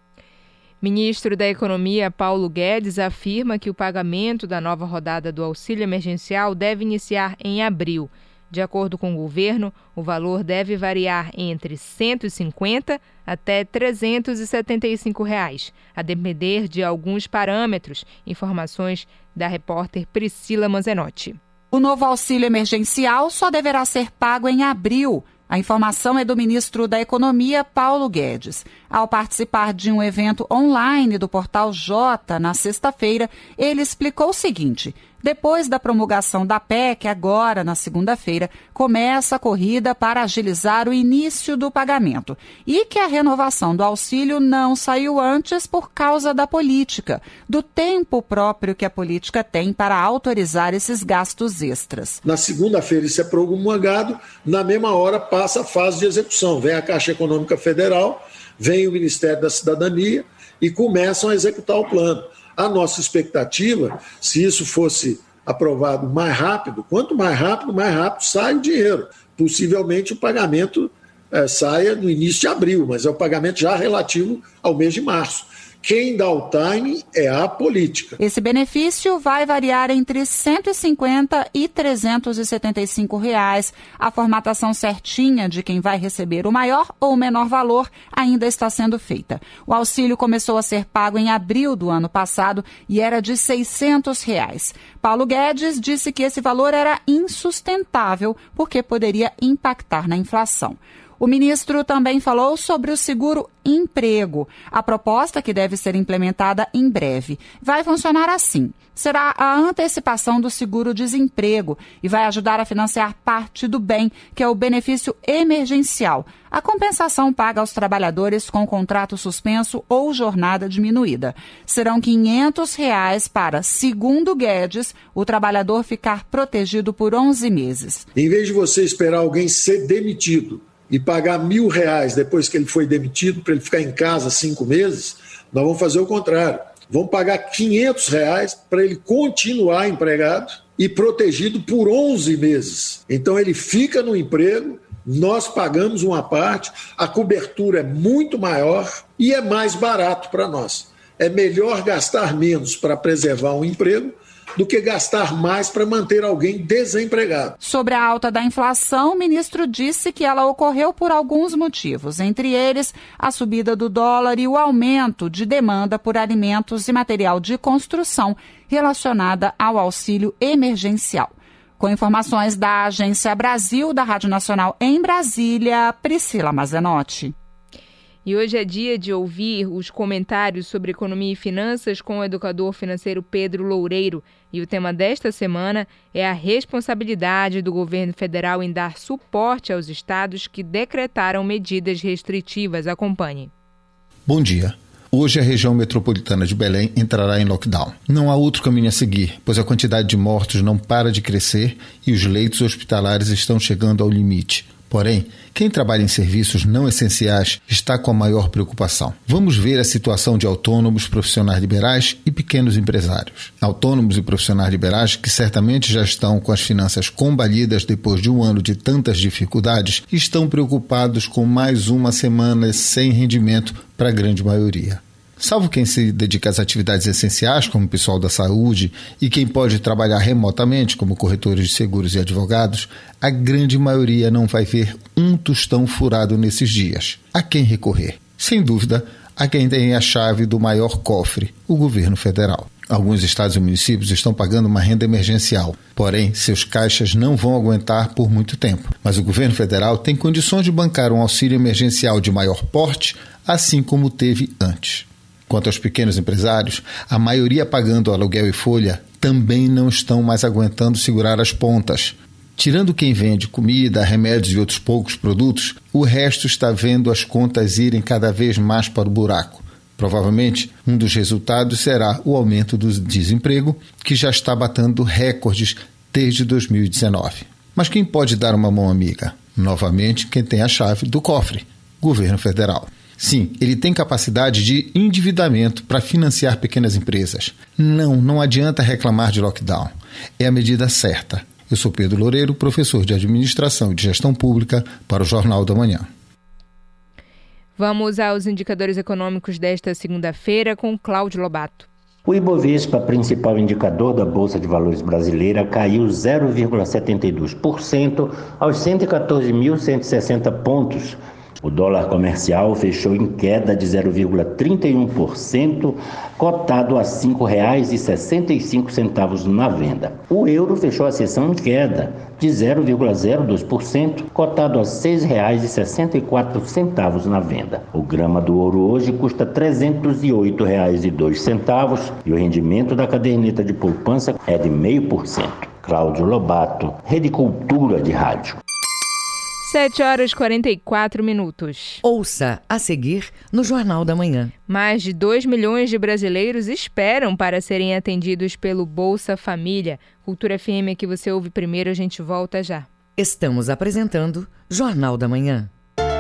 Ministro da Economia Paulo Guedes afirma que o pagamento da nova rodada do auxílio emergencial deve iniciar em abril. De acordo com o governo, o valor deve variar entre R$ 150 até R$ 375, a depender de alguns parâmetros. Informações da repórter Priscila Manzenotti. O novo auxílio emergencial só deverá ser pago em abril. A informação é do ministro da Economia, Paulo Guedes. Ao participar de um evento online do Portal J na sexta-feira, ele explicou o seguinte: depois da promulgação da PEC, agora na segunda-feira, começa a corrida para agilizar o início do pagamento e que a renovação do auxílio não saiu antes por causa da política, do tempo próprio que a política tem para autorizar esses gastos extras. Na segunda-feira isso é promulgado, na mesma hora passa a fase de execução. Vem a Caixa Econômica Federal, vem o Ministério da Cidadania e começam a executar o plano. A nossa expectativa, se isso fosse aprovado mais rápido, quanto mais rápido sai o dinheiro. Possivelmente o pagamento saia no início de abril, mas é o pagamento já relativo ao mês de março. Quem dá o time é a política. Esse benefício vai variar entre R$ 150 e R$ 375. A formatação certinha de quem vai receber o maior ou o menor valor ainda está sendo feita. O auxílio começou a ser pago em abril do ano passado e era de R$ 600. Paulo Guedes disse que esse valor era insustentável porque poderia impactar na inflação. O ministro também falou sobre o seguro-emprego. A proposta, que deve deve ser implementada em breve. Vai funcionar assim. Será a antecipação do seguro-desemprego e vai ajudar a financiar parte do bem, que é o benefício emergencial, a compensação paga aos trabalhadores com contrato suspenso ou jornada diminuída. Serão R$ 500 para, segundo Guedes, o trabalhador ficar protegido por 11 meses. Em vez de você esperar alguém ser demitido e pagar R$ 1.000 depois que ele foi demitido para ele ficar em casa 5 meses, nós vamos fazer o contrário. Vamos pagar R$ 500 para ele continuar empregado e protegido por 11 meses. Então ele fica no emprego, nós pagamos uma parte, a cobertura é muito maior e é mais barato para nós. É melhor gastar menos para preservar um emprego do que gastar mais para manter alguém desempregado. Sobre a alta da inflação, o ministro disse que ela ocorreu por alguns motivos, entre eles a subida do dólar e o aumento de demanda por alimentos e material de construção relacionada ao auxílio emergencial. Com informações da Agência Brasil, da Rádio Nacional em Brasília, Priscila Mazenotti. E hoje é dia de ouvir os comentários sobre economia e finanças com o educador financeiro Pedro Loureiro. E o tema desta semana é a responsabilidade do governo federal em dar suporte aos estados que decretaram medidas restritivas. Acompanhe. Bom dia. Hoje a região metropolitana de Belém entrará em lockdown. Não há outro caminho a seguir, pois a quantidade de mortos não para de crescer e os leitos hospitalares estão chegando ao limite. Porém, quem trabalha em serviços não essenciais está com a maior preocupação. Vamos ver a situação de autônomos, profissionais liberais e pequenos empresários. Autônomos e profissionais liberais, que certamente já estão com as finanças combalidas depois de um ano de tantas dificuldades, estão preocupados com mais uma semana sem rendimento para a grande maioria. Salvo quem se dedica às atividades essenciais, como o pessoal da saúde, e quem pode trabalhar remotamente, como corretores de seguros e advogados, a grande maioria não vai ver um tostão furado nesses dias. A quem recorrer? Sem dúvida, a quem tem a chave do maior cofre, o governo federal. Alguns estados e municípios estão pagando uma renda emergencial, porém, seus caixas não vão aguentar por muito tempo. Mas o governo federal tem condições de bancar um auxílio emergencial de maior porte, assim como teve antes. Quanto aos pequenos empresários, a maioria pagando aluguel e folha também não estão mais aguentando segurar as pontas. Tirando quem vende comida, remédios e outros poucos produtos, o resto está vendo as contas irem cada vez mais para o buraco. Provavelmente, um dos resultados será o aumento do desemprego, que já está batendo recordes desde 2019. Mas quem pode dar uma mão amiga? Novamente, quem tem a chave do cofre, governo federal. Sim, ele tem capacidade de endividamento para financiar pequenas empresas. Não adianta reclamar de lockdown. É a medida certa. Eu sou Pedro Loureiro, professor de Administração e de Gestão Pública para o Jornal da Manhã. Vamos aos indicadores econômicos desta segunda-feira com Cláudio Lobato. O Ibovespa, principal indicador da Bolsa de Valores brasileira, caiu 0,72% aos 114.160 pontos. O dólar comercial fechou em queda de 0,31%, cotado a R$ 5,65 na venda. O euro fechou a sessão em queda de 0,02%, cotado a R$ 6,64 na venda. O grama do ouro hoje custa R$ 308,02 e o rendimento da caderneta de poupança é de 0,5%. Cláudio Lobato, Rede Cultura de Rádio. 7h44. Ouça a seguir no Jornal da Manhã. Mais de 2 milhões de brasileiros esperam para serem atendidos pelo Bolsa Família. Cultura FM que você ouve primeiro, a gente volta já. Estamos apresentando Jornal da Manhã.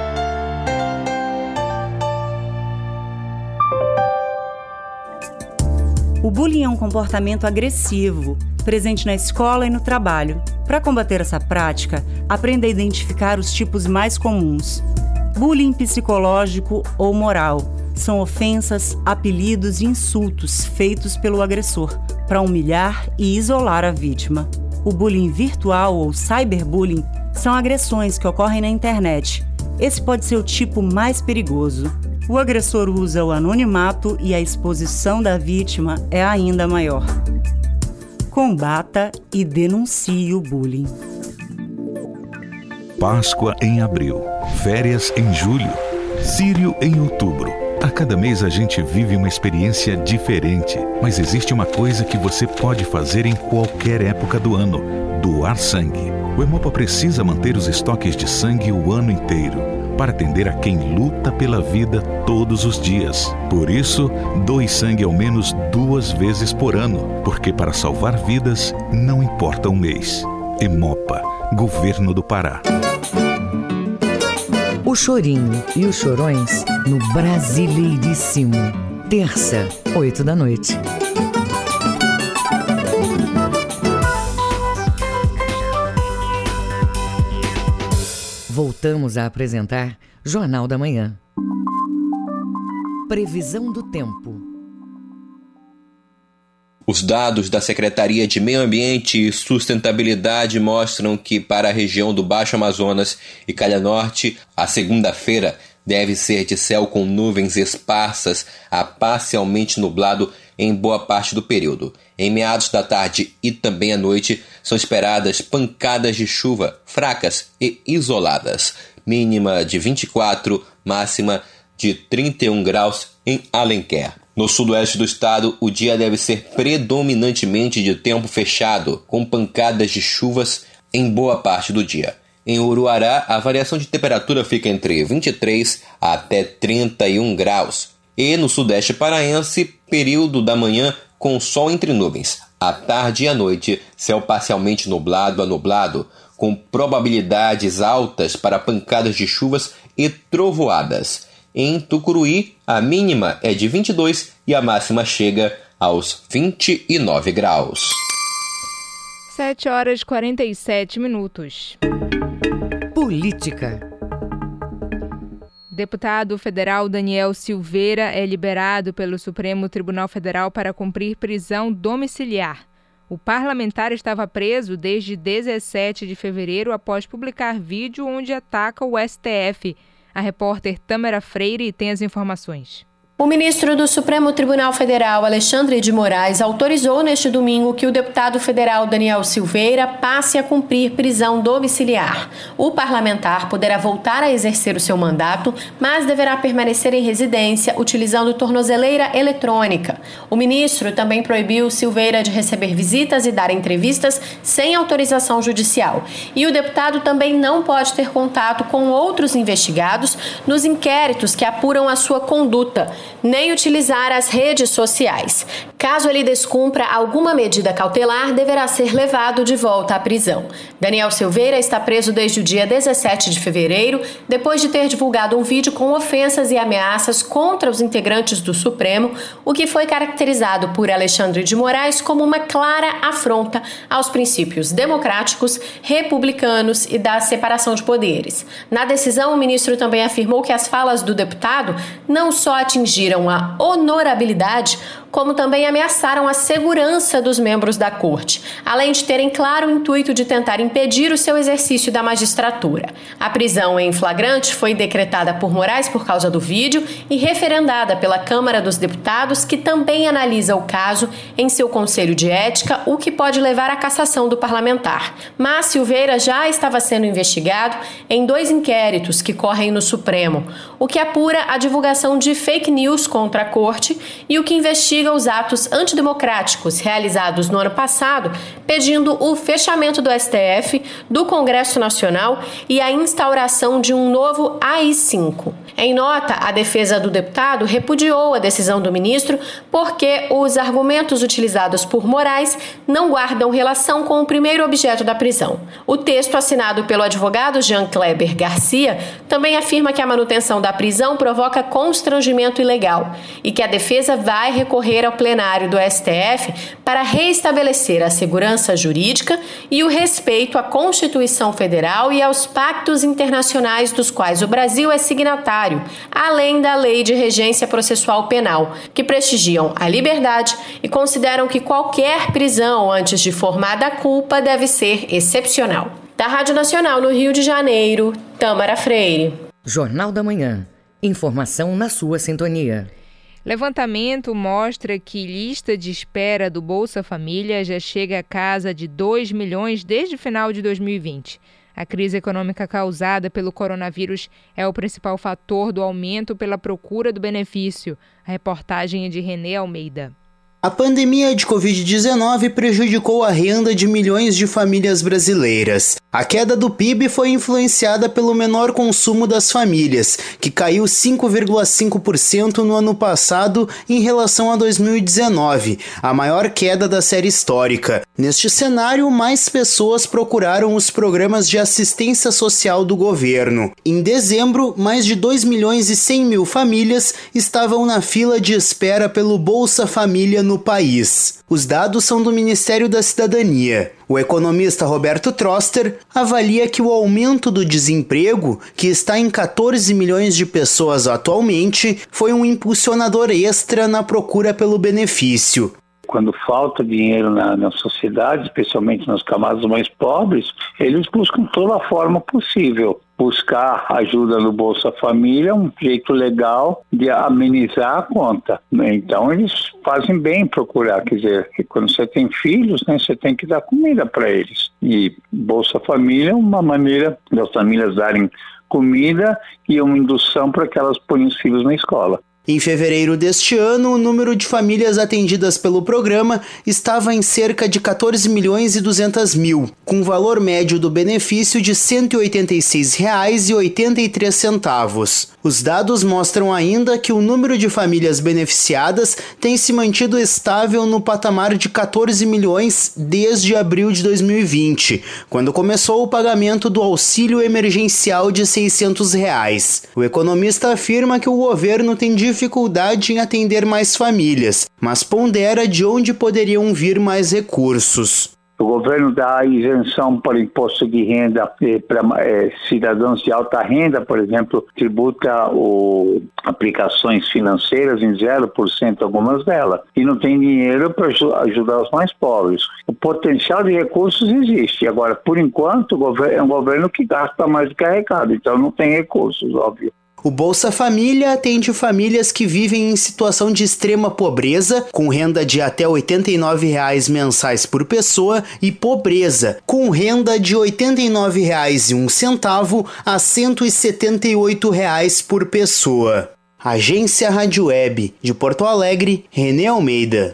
O bullying é um comportamento agressivo, presente na escola e no trabalho. Para combater essa prática, aprenda a identificar os tipos mais comuns. Bullying psicológico ou moral são ofensas, apelidos e insultos feitos pelo agressor para humilhar e isolar a vítima. O bullying virtual ou cyberbullying são agressões que ocorrem na internet. Esse pode ser o tipo mais perigoso. O agressor usa o anonimato e a exposição da vítima é ainda maior. Combata e denuncie o bullying. Páscoa em abril, férias em julho, Sírio em outubro. A cada mês a gente vive uma experiência diferente, mas existe uma coisa que você pode fazer em qualquer época do ano: doar sangue. O Hemopa precisa manter os estoques de sangue o ano inteiro, para atender a quem luta pela vida todos os dias. Por isso, doe sangue ao menos 2 vezes por ano, porque para salvar vidas não importa um mês. Hemopa, Governo do Pará. O Chorinho e os Chorões no Brasileiríssimo. Terça, 20h. Voltamos a apresentar Jornal da Manhã. Previsão do tempo. Os dados da Secretaria de Meio Ambiente e Sustentabilidade mostram que para a região do Baixo Amazonas e Calha Norte, a segunda-feira deve ser de céu com nuvens esparsas a parcialmente nublado em boa parte do período. Em meados da tarde e também à noite, são esperadas pancadas de chuva fracas e isoladas, mínima de 24, máxima de 31 graus em Alenquer. No sudoeste do estado, o dia deve ser predominantemente de tempo fechado, com pancadas de chuvas em boa parte do dia. Em Uruará, a variação de temperatura fica entre 23 até 31 graus. E no sudeste paraense, período da manhã com sol entre nuvens. À tarde e à noite, céu parcialmente nublado a nublado, com probabilidades altas para pancadas de chuvas e trovoadas. Em Tucuruí, a mínima é de 22 e a máxima chega aos 29 graus. 7h47. Política. Deputado federal Daniel Silveira é liberado pelo Supremo Tribunal Federal para cumprir prisão domiciliar. O parlamentar estava preso desde 17 de fevereiro após publicar vídeo onde ataca o STF. A repórter Tâmara Freire tem as informações. O ministro do Supremo Tribunal Federal, Alexandre de Moraes, autorizou neste domingo que o deputado federal Daniel Silveira passe a cumprir prisão domiciliar. O parlamentar poderá voltar a exercer o seu mandato, mas deverá permanecer em residência utilizando tornozeleira eletrônica. O ministro também proibiu Silveira de receber visitas e dar entrevistas sem autorização judicial. E o deputado também não pode ter contato com outros investigados nos inquéritos que apuram a sua conduta, nem utilizar as redes sociais. Caso ele descumpra alguma medida cautelar, deverá ser levado de volta à prisão. Daniel Silveira está preso desde o dia 17 de fevereiro, depois de ter divulgado um vídeo com ofensas e ameaças contra os integrantes do Supremo, o que foi caracterizado por Alexandre de Moraes como uma clara afronta aos princípios democráticos, republicanos e da separação de poderes. Na decisão, o ministro também afirmou que as falas do deputado não só atingiram a honorabilidade, como também ameaçaram a segurança dos membros da corte, além de terem claro intuito de tentar impedir o seu exercício da magistratura. A prisão em flagrante foi decretada por Moraes por causa do vídeo e referendada pela Câmara dos Deputados, que também analisa o caso em seu Conselho de Ética, o que pode levar à cassação do parlamentar. Mas Silveira já estava sendo investigado em 2 inquéritos que correm no Supremo, o que apura a divulgação de fake news contra a corte e o que investiga os atos antidemocráticos realizados no ano passado, pedindo o fechamento do STF, do Congresso Nacional e a instauração de um novo AI-5. Em nota, a defesa do deputado repudiou a decisão do ministro porque os argumentos utilizados por Moraes não guardam relação com o primeiro objeto da prisão. O texto assinado pelo advogado Jean Kleber Garcia também afirma que a manutenção da prisão provoca constrangimento ilegal e que a defesa vai recorrer ao plenário do STF para reestabelecer a segurança jurídica e o respeito à Constituição Federal e aos pactos internacionais dos quais o Brasil é signatário, além da Lei de Regência Processual Penal, que prestigiam a liberdade e consideram que qualquer prisão antes de formada a culpa deve ser excepcional. Da Rádio Nacional no Rio de Janeiro, Tâmara Freire. Jornal da Manhã. Informação na sua sintonia. Levantamento mostra que lista de espera do Bolsa Família já chega à casa de 2 milhões desde o final de 2020. A crise econômica causada pelo coronavírus é o principal fator do aumento pela procura do benefício. A reportagem é de Renê Almeida. A pandemia de Covid-19 prejudicou a renda de milhões de famílias brasileiras. A queda do PIB foi influenciada pelo menor consumo das famílias, que caiu 5,5% no ano passado em relação a 2019, a maior queda da série histórica. Neste cenário, mais pessoas procuraram os programas de assistência social do governo. Em dezembro, mais de 2 milhões e 100 mil famílias estavam na fila de espera pelo Bolsa Família no país. Os dados são do Ministério da Cidadania. O economista Roberto Troster avalia que o aumento do desemprego, que está em 14 milhões de pessoas atualmente, foi um impulsionador extra na procura pelo benefício. Quando falta dinheiro na sociedade, especialmente nas camadas mais pobres, eles buscam toda a forma possível. Buscar ajuda no Bolsa Família é um jeito legal de amenizar a conta. Então eles fazem bem procurar, quer dizer, que quando você tem filhos, né, você tem que dar comida para eles. E Bolsa Família é uma maneira das famílias darem comida e uma indução para que elas ponham os filhos na escola. Em fevereiro deste ano, o número de famílias atendidas pelo programa estava em cerca de 14 milhões e 200 mil, com valor médio do benefício de R$ 186,83. Os dados mostram ainda que o número de famílias beneficiadas tem se mantido estável no patamar de 14 milhões desde abril de 2020, quando começou o pagamento do auxílio emergencial de R$ 600. O economista afirma que o governo tem dificuldade em atender mais famílias, mas pondera de onde poderiam vir mais recursos. O governo dá isenção para imposto de renda para cidadãos de alta renda, por exemplo, tributa aplicações financeiras em 0%, algumas delas, e não tem dinheiro para ajudar os mais pobres. O potencial de recursos existe. Agora, por enquanto, é um governo que gasta mais do que arrecada, então não tem recursos, óbvio. O Bolsa Família atende famílias que vivem em situação de extrema pobreza, com renda de até R$ 89,00 mensais por pessoa, e pobreza, com renda de R$ 89,01 a R$ 178,00 por pessoa. Agência Rádio Web, de Porto Alegre, Renê Almeida.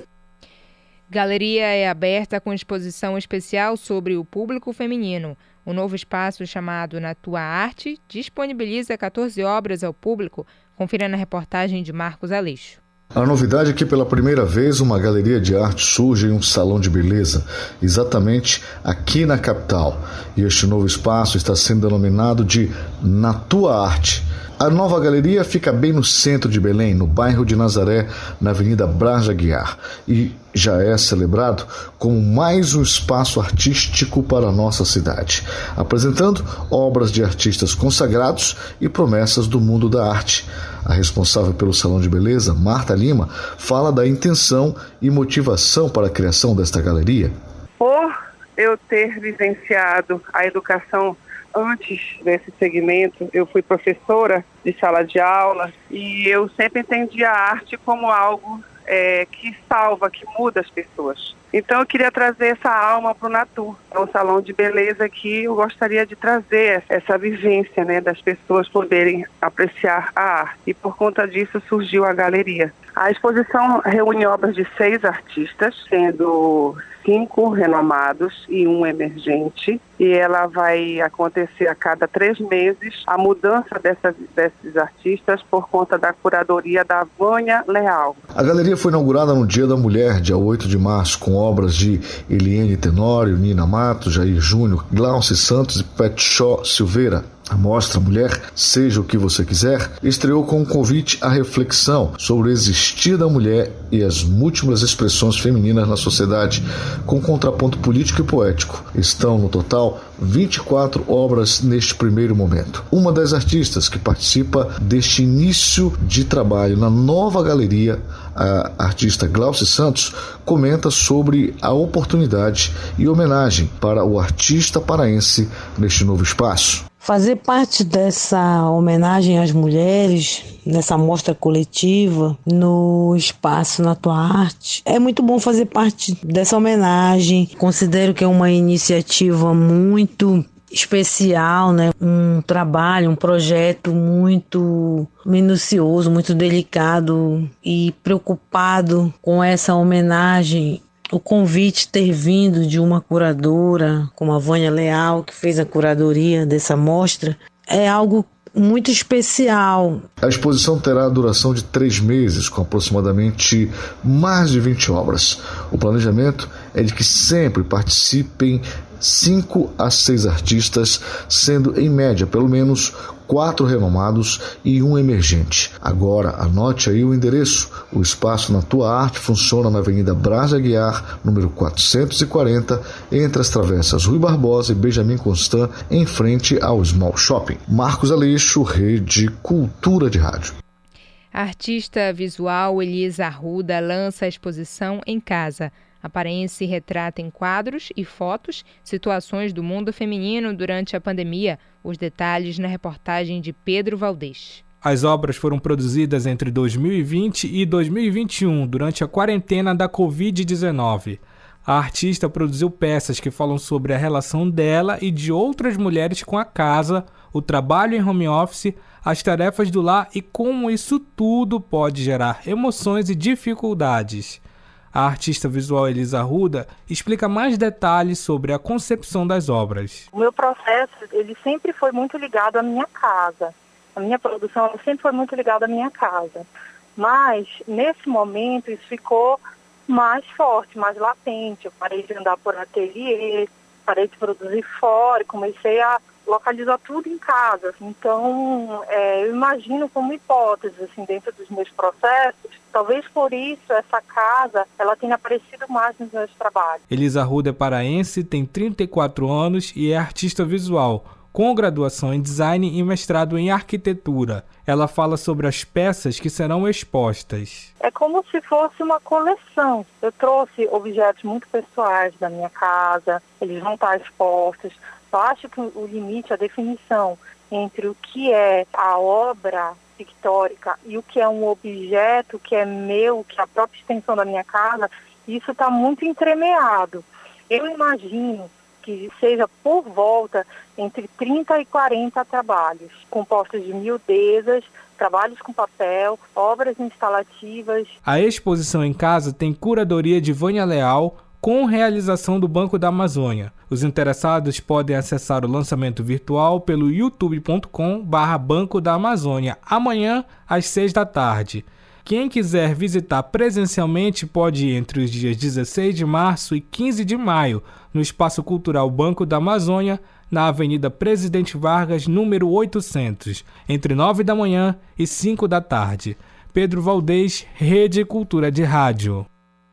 Galeria é aberta com exposição especial sobre o público feminino. O novo espaço, chamado Na Tua Arte, disponibiliza 14 obras ao público. Confira na reportagem de Marcos Aleixo. A novidade é que pela primeira vez uma galeria de arte surge em um salão de beleza, exatamente aqui na capital. E este novo espaço está sendo denominado de Na Tua Arte. A nova galeria fica bem no centro de Belém, no bairro de Nazaré, na Avenida Braz de Aguiar, e já é celebrado como mais um espaço artístico para a nossa cidade, apresentando obras de artistas consagrados e promessas do mundo da arte. A responsável pelo Salão de Beleza, Marta Lima, fala da intenção e motivação para a criação desta galeria. Por eu ter vivenciado a educação antes desse segmento, eu fui professora de sala de aula e eu sempre entendi a arte como algo que salva, que muda as pessoas. Então eu queria trazer essa alma para o Natu, um salão de beleza que eu gostaria de trazer essa vivência, né, das pessoas poderem apreciar a arte. E por conta disso surgiu a galeria. A exposição reúne obras de 6 artistas, sendo 5 renomados e 1 emergente, e ela vai acontecer a cada 3 meses a mudança desses artistas por conta da curadoria da Vânia Leal. A galeria foi inaugurada no Dia da Mulher, dia 8 de março, com obras de Eliane Tenório, Nina Matos, Jair Júnior, Glauci Santos e Petshó Silveira. A mostra Mulher, Seja o que Você Quiser, estreou com um convite à reflexão sobre o existir da mulher e as múltiplas expressões femininas na sociedade, com contraponto político e poético. Estão, no total, 24 obras neste primeiro momento. Uma das artistas que participa deste início de trabalho na nova galeria, a artista Glauci Santos, comenta sobre a oportunidade e homenagem para o artista paraense neste novo espaço. Fazer parte dessa homenagem às mulheres, nessa mostra coletiva, no espaço Na Tua Arte, é muito bom fazer parte dessa homenagem. Considero que é uma iniciativa muito especial, né? Um trabalho, um projeto muito minucioso, muito delicado e preocupado com essa homenagem. O convite ter vindo de uma curadora, como a Vânia Leal, que fez a curadoria dessa mostra, é algo muito especial. A exposição terá a duração de 3 meses, com aproximadamente mais de 20 obras. O planejamento é de que sempre participem 5 a 6 artistas, sendo em média pelo menos 4 renomados e 1 emergente. Agora, anote aí o endereço. O Espaço Na Tua Arte funciona na Avenida Brás de Aguiar, número 440, entre as travessas Rui Barbosa e Benjamin Constant, em frente ao Small Shopping. Marcos Aleixo, Rede Cultura de Rádio. A artista visual Elisa Arruda lança a exposição Em Casa. A paraense retrata em quadros e fotos situações do mundo feminino durante a pandemia. Os detalhes na reportagem de Pedro Valdez. As obras foram produzidas entre 2020 e 2021, durante a quarentena da Covid-19. A artista produziu peças que falam sobre a relação dela e de outras mulheres com a casa, o trabalho em home office, as tarefas do lar e como isso tudo pode gerar emoções e dificuldades. A artista visual Elisa Arruda explica mais detalhes sobre a concepção das obras. O meu processo, ele sempre foi muito ligado à minha casa. A minha produção sempre foi muito ligada à minha casa. Mas, nesse momento, isso ficou mais forte, mais latente. Eu parei de andar por ateliê, parei de produzir fora, comecei a localizar tudo em casa. Então, eu imagino como hipótese, assim, dentro dos meus processos, talvez por isso essa casa ela tenha aparecido mais nos meus trabalhos. Elisa Arruda é paraense, tem 34 anos e é artista visual, com graduação em design e mestrado em arquitetura. Ela fala sobre as peças que serão expostas. É como se fosse uma coleção. Eu trouxe objetos muito pessoais da minha casa, eles vão estar expostos. Eu acho que o limite, a definição entre o que é a obra pictórica e o que é um objeto que é meu, que é a própria extensão da minha casa, isso está muito entremeado. Eu imagino que seja por volta entre 30 e 40 trabalhos, compostos de miudezas, trabalhos com papel, obras instalativas. A exposição Em Casa tem curadoria de Vânia Leal, com realização do Banco da Amazônia. Os interessados podem acessar o lançamento virtual pelo youtube.com/Banco da Amazônia, amanhã às 6 da tarde. Quem quiser visitar presencialmente pode ir entre os dias 16 de março e 15 de maio, no Espaço Cultural Banco da Amazônia, na Avenida Presidente Vargas, número 800, entre 9 da manhã e 5 da tarde. Pedro Valdez, Rede Cultura de Rádio.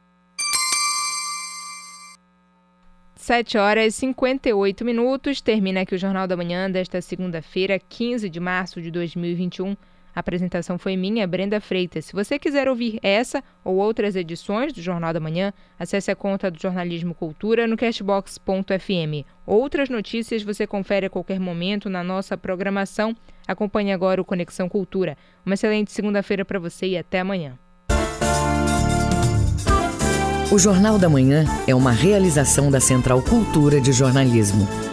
7h58, termina aqui o Jornal da Manhã desta segunda-feira, 15 de março de 2021. A apresentação foi minha, Brenda Freitas. Se você quiser ouvir essa ou outras edições do Jornal da Manhã, acesse a conta do Jornalismo Cultura no cashbox.fm. Outras notícias você confere a qualquer momento na nossa programação. Acompanhe agora o Conexão Cultura. Uma excelente segunda-feira para você e até amanhã. O Jornal da Manhã é uma realização da Central Cultura de Jornalismo.